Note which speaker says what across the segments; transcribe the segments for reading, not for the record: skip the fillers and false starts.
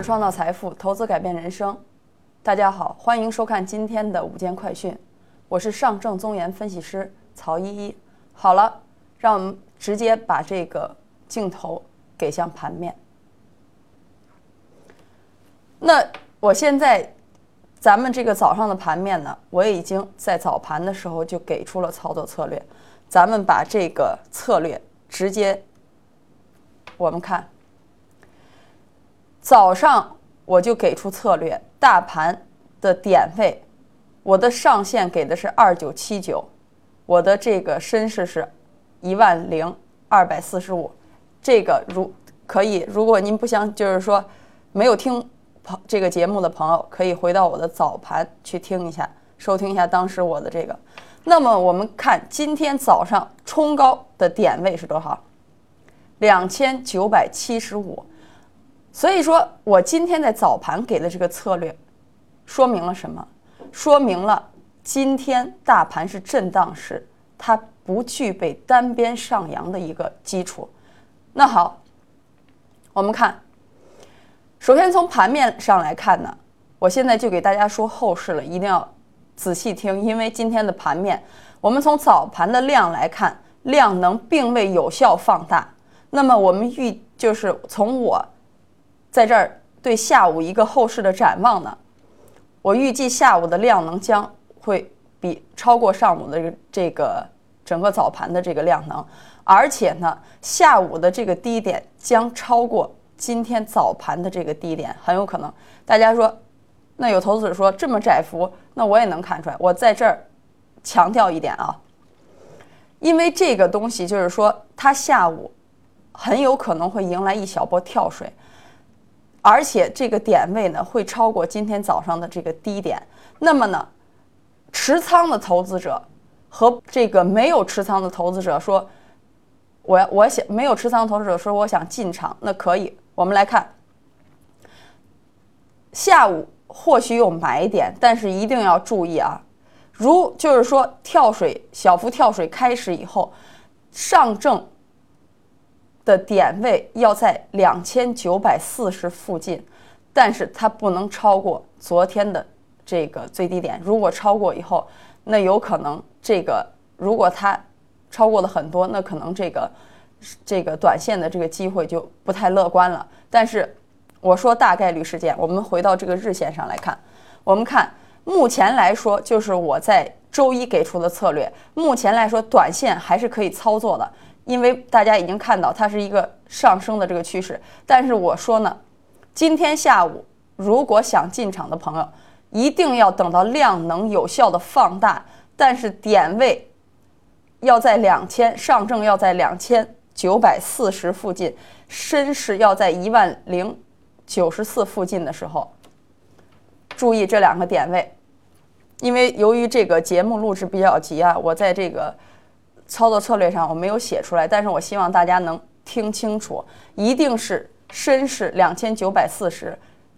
Speaker 1: 创造财富，投资改变人生。大家好，欢迎收看今天的午间快讯，我是上证综研分析师曹依依。好了，让我们直接把这个镜头给向盘面。那我现在咱们这个早上的盘面呢，我也已经在早盘的时候就给出了操作策略。咱们把这个策略直接，我们看。早上我就给出策略，大盘的点位，我的上限给的是2979，我的这个深市是10245。这个如果您不想，就是说没有听这个节目的朋友，可以回到我的早盘去听一下，收听一下当时我的这个。那么我们看今天早上冲高的点位是多少？2975。所以说我今天在早盘给的这个策略说明了什么？说明了今天大盘是震荡市，它不具备单边上扬的一个基础。那好，我们看，首先从盘面上来看呢，我现在就给大家说后市了，一定要仔细听，因为今天的盘面我们从早盘的量来看，量能并未有效放大。那么我们就是从我在这儿对下午一个后市的展望呢，我预计下午的量能将会超过上午的这个整个早盘的这个量能，而且呢，下午的这个低点将超过今天早盘的这个低点，很有可能。大家说，那有投资者说这么窄幅，那我也能看出来。我在这儿强调一点啊，因为这个东西就是说，它下午很有可能会迎来一小波跳水。而且这个点位呢会超过今天早上的这个低点，那么呢，持仓的投资者和这个没有持仓的投资者说，没有持仓的投资者说我想进场，那可以。我们来看，下午或许有买点，但是一定要注意啊，就是说小幅跳水开始以后，上证的点位要在2940附近，但是它不能超过昨天的这个最低点。如果超过以后，那有可能如果它超过了很多，那可能这个短线的这个机会就不太乐观了。但是我说大概率事件，我们回到这个日线上来看，我们看目前来说，就是我在周一给出的策略，目前来说短线还是可以操作的。因为大家已经看到它是一个上升的这个趋势，但是我说呢，今天下午如果想进场的朋友，一定要等到量能有效的放大，但是点位要在上证要在2940附近，深市要在10094附近的时候，注意这两个点位。因为由于这个节目录制比较急啊，我在这个操作策略上我没有写出来，但是我希望大家能听清楚，一定是深市2940，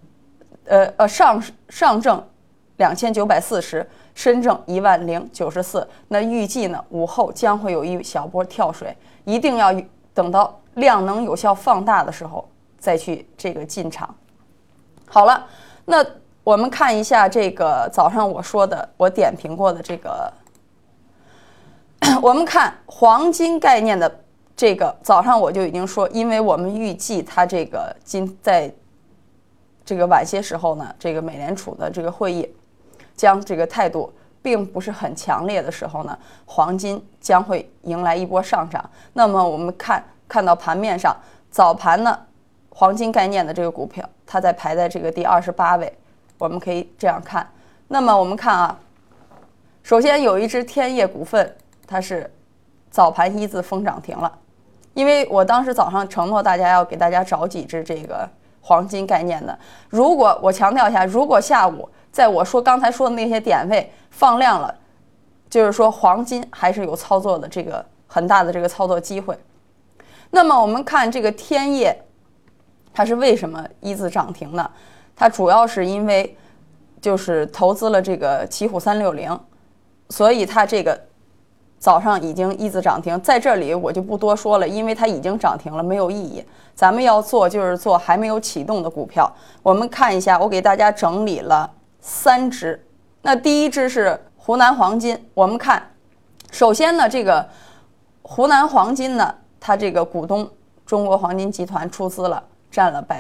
Speaker 1: 上证2940，深证10094。那预计呢，午后将会有一小波跳水，一定要等到量能有效放大的时候再去这个进场。好了，那我们看一下这个早上我点评过的这个。我们看黄金概念的这个早上我就已经说，因为我们预计它这个在这个晚些时候呢，这个美联储的这个会议将这个态度并不是很强烈的时候呢，黄金将会迎来一波上涨。那么我们看到盘面上，早盘呢，黄金概念的这个股票它排在这个第28位，我们可以这样看。那么我们看啊，首先有一只天业股份，它是早盘一字封涨停了，因为我当时早上承诺大家要给大家找几只这个黄金概念的。如果我强调一下，如果下午在我刚才说的那些点位放量了，就是说黄金还是有操作的这个很大的这个操作机会。那么我们看这个天业，它是为什么一字涨停呢？它主要是因为就是投资了这个奇虎360，所以它这个早上已经一字涨停，在这里我就不多说了，因为它已经涨停了，没有意义。咱们要做就是做还没有启动的股票。我们看一下，我给大家整理了3只。那第一只是湖南黄金，我们看，首先呢，这个湖南黄金呢，它这个股东中国黄金集团出资了，占了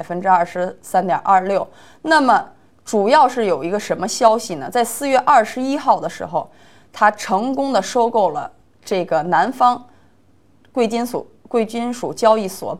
Speaker 1: 23.26%。那么主要是有一个什么消息呢？在4月21号的时候，它成功的收购了这个南方贵金属交易所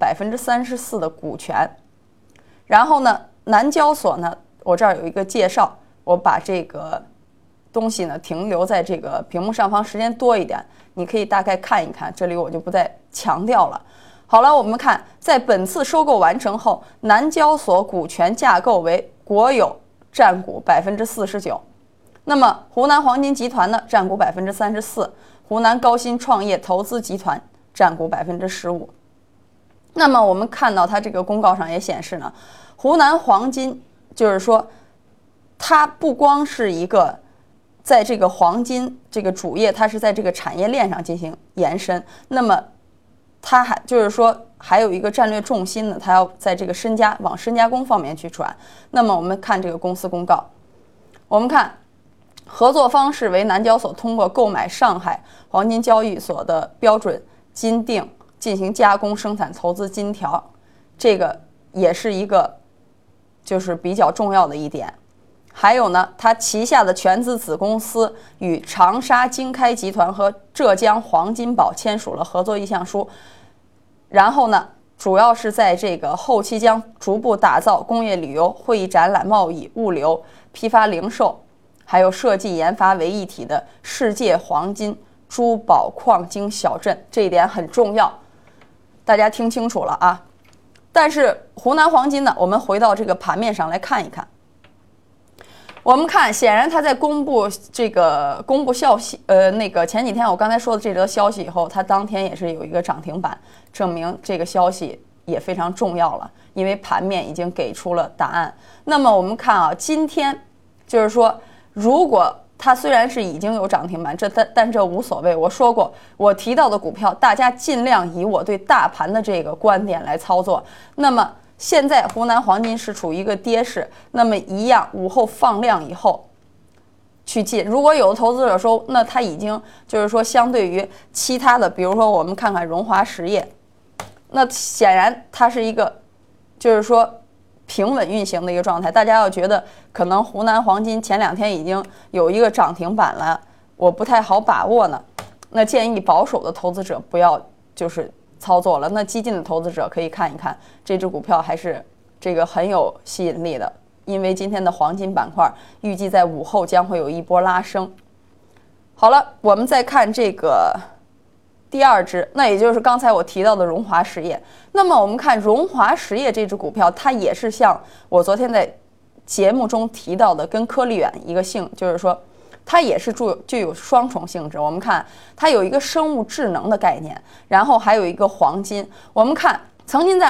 Speaker 1: 34%的股权。然后呢，南交所呢，我这儿有一个介绍，我把这个东西呢停留在这个屏幕上方，时间多一点，你可以大概看一看，这里我就不再强调了。好了，我们看，在本次收购完成后，南交所股权架构为国有占股49%，那么湖南黄金集团呢占股34%，湖南高新创业投资集团占股15%。那么我们看到它这个公告上也显示呢，湖南黄金就是说，它不光是一个在这个黄金这个主业，它是在这个产业链上进行延伸，那么它还就是说还有一个战略重心呢，它要在这个往深加工方面去转。那么我们看这个公司公告，我们看合作方式为南交所通过购买上海黄金交易所的标准金锭进行加工生产投资金条，这个也是一个就是比较重要的一点。还有呢，它旗下的全资子公司与长沙经开集团和浙江黄金宝签署了合作意向书。然后呢，主要是在这个后期将逐步打造工业旅游、会议展览、贸易、物流、批发零售，还有设计研发为一体的世界黄金珠宝矿经小镇，这一点很重要，大家听清楚了啊。但是湖南黄金呢，我们回到这个盘面上来看一看。我们看，显然它在公布消息，前几天我刚才说的这则消息以后，它当天也是有一个涨停板，证明这个消息也非常重要了，因为盘面已经给出了答案。那么我们看啊，今天就是说，如果它虽然是已经有涨停板，但这无所谓。我说过，我提到的股票，大家尽量以我对大盘的这个观点来操作。那么现在湖南黄金是处于一个跌势，那么一样午后放量以后去进。如果有的投资者说，那它已经就是说相对于其他的，比如说我们看看荣华实业，那显然它是一个就是说平稳运行的一个状态。大家要觉得可能湖南黄金前2天已经有一个涨停板了，我不太好把握呢，那建议保守的投资者不要就是操作了。那激进的投资者可以看一看这只股票，还是这个很有吸引力的，因为今天的黄金板块预计在午后将会有一波拉升。好了，我们再看这个第2只，那也就是刚才我提到的荣华实业。那么我们看荣华实业这只股票，它也是像我昨天在节目中提到的，跟科力远一个性，就是说它也是具有双重性质。我们看它有一个生物智能的概念，然后还有一个黄金。我们看曾经在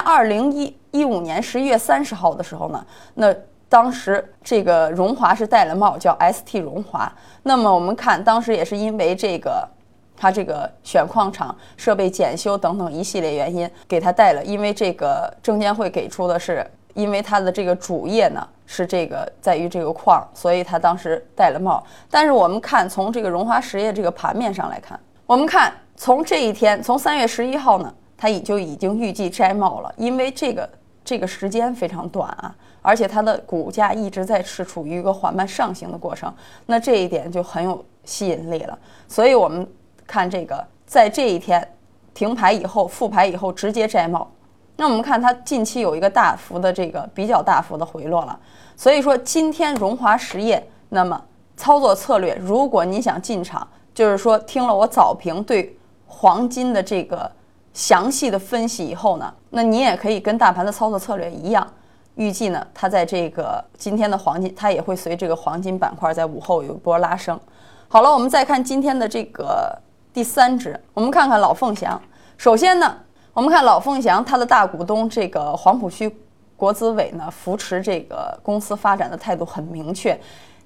Speaker 1: 2015年11月30号的时候呢，那当时这个荣华是戴了帽，叫 ST 荣华。那么我们看当时也是因为它这个选矿场设备检修等等一系列原因给它戴了，因为这个证监会给出的是，因为它的这个主业呢是这个在于这个矿，所以它当时戴了帽。但是我们看从这个荣华实业这个盘面上来看，我们看从这一天，从3月11号呢，它已经预计摘帽了，因为这个时间非常短啊，而且它的股价一直是处于一个缓慢上行的过程，那这一点就很有吸引力了。所以我们看这个在这一天停牌以后复牌以后直接摘帽，那我们看它近期有一个比较大幅的回落了。所以说今天荣华实业，那么操作策略，如果你想进场，就是说听了我早评对黄金的这个详细的分析以后呢，那你也可以跟大盘的操作策略一样，预计呢它在这个今天的黄金，它也会随这个黄金板块在午后有一波拉升。好了，我们再看今天的这个第3只，我们看看老凤祥。首先呢，我们看老凤祥，它的大股东这个黄埔区国资委呢，扶持这个公司发展的态度很明确，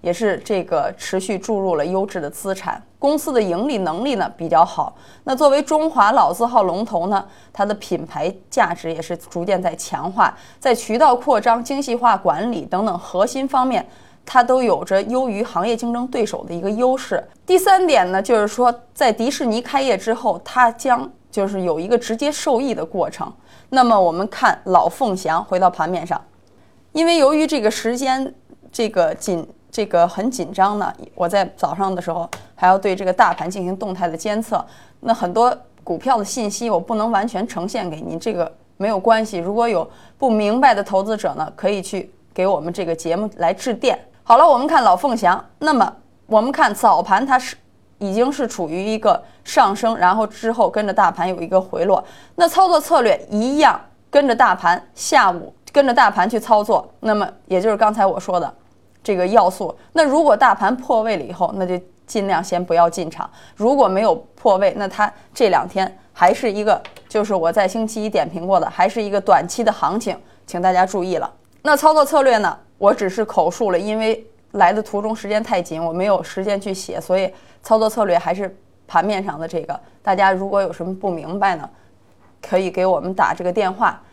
Speaker 1: 也是这个持续注入了优质的资产。公司的盈利能力呢比较好。那作为中华老字号龙头呢，它的品牌价值也是逐渐在强化，在渠道扩张、精细化管理等等核心方面，它都有着优于行业竞争对手的一个优势。第3点呢，就是说在迪士尼开业之后，它将就是有一个直接受益的过程。那么我们看老凤祥回到盘面上，因为由于这个时间这个很紧张呢，我在早上的时候还要对这个大盘进行动态的监测，那很多股票的信息我不能完全呈现给您，这个没有关系。如果有不明白的投资者呢，可以去给我们这个节目来致电。好了，我们看老凤祥，那么我们看早盘它已经是处于一个上升，然后之后跟着大盘有一个回落。那操作策略一样，跟着大盘，下午跟着大盘去操作。那么也就是刚才我说的这个要素。那如果大盘破位了以后，那就尽量先不要进场。如果没有破位，那它这2天还是一个，就是我在星期一点评过的，还是一个短期的行情，请大家注意了。那操作策略呢，我只是口述了，因为来的途中时间太紧，我没有时间去写，所以操作策略还是盘面上的这个。大家如果有什么不明白呢，可以给我们打这个电话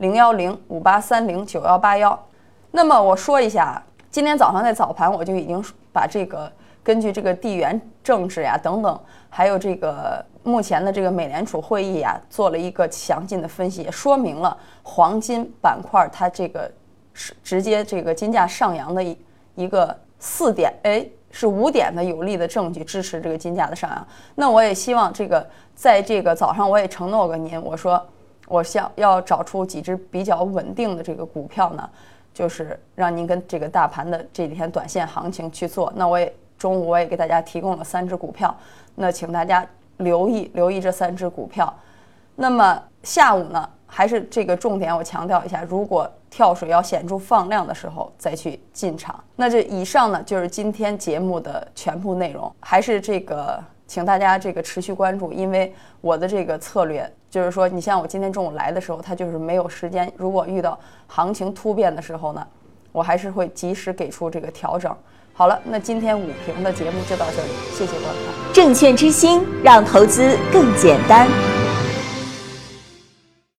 Speaker 1: 01058309181。那么我说一下，今天早上在早盘我就已经把这个根据这个地缘政治呀等等，还有这个目前的这个美联储会议呀，做了一个详尽的分析，也说明了黄金板块它这个是直接这个金价上扬的一个4点，是5点的有力的证据支持这个金价的上扬。那我也希望这个在这个早上我也承诺过您，我说我要找出几只比较稳定的这个股票呢，就是让您跟这个大盘的这几天短线行情去做。那中午我也给大家提供了3只股票，那请大家留意这3只股票。那么下午呢，还是这个重点我强调一下，如果跳水要显著放量的时候再去进场。那这以上呢就是今天节目的全部内容，还是这个请大家这个持续关注，因为我的这个策略就是说，你像我今天中午来的时候，它就是没有时间，如果遇到行情突变的时候呢，我还是会及时给出这个调整。好了，那今天午评的节目就到这里，谢谢观看。
Speaker 2: 证券之星，让投资更简单。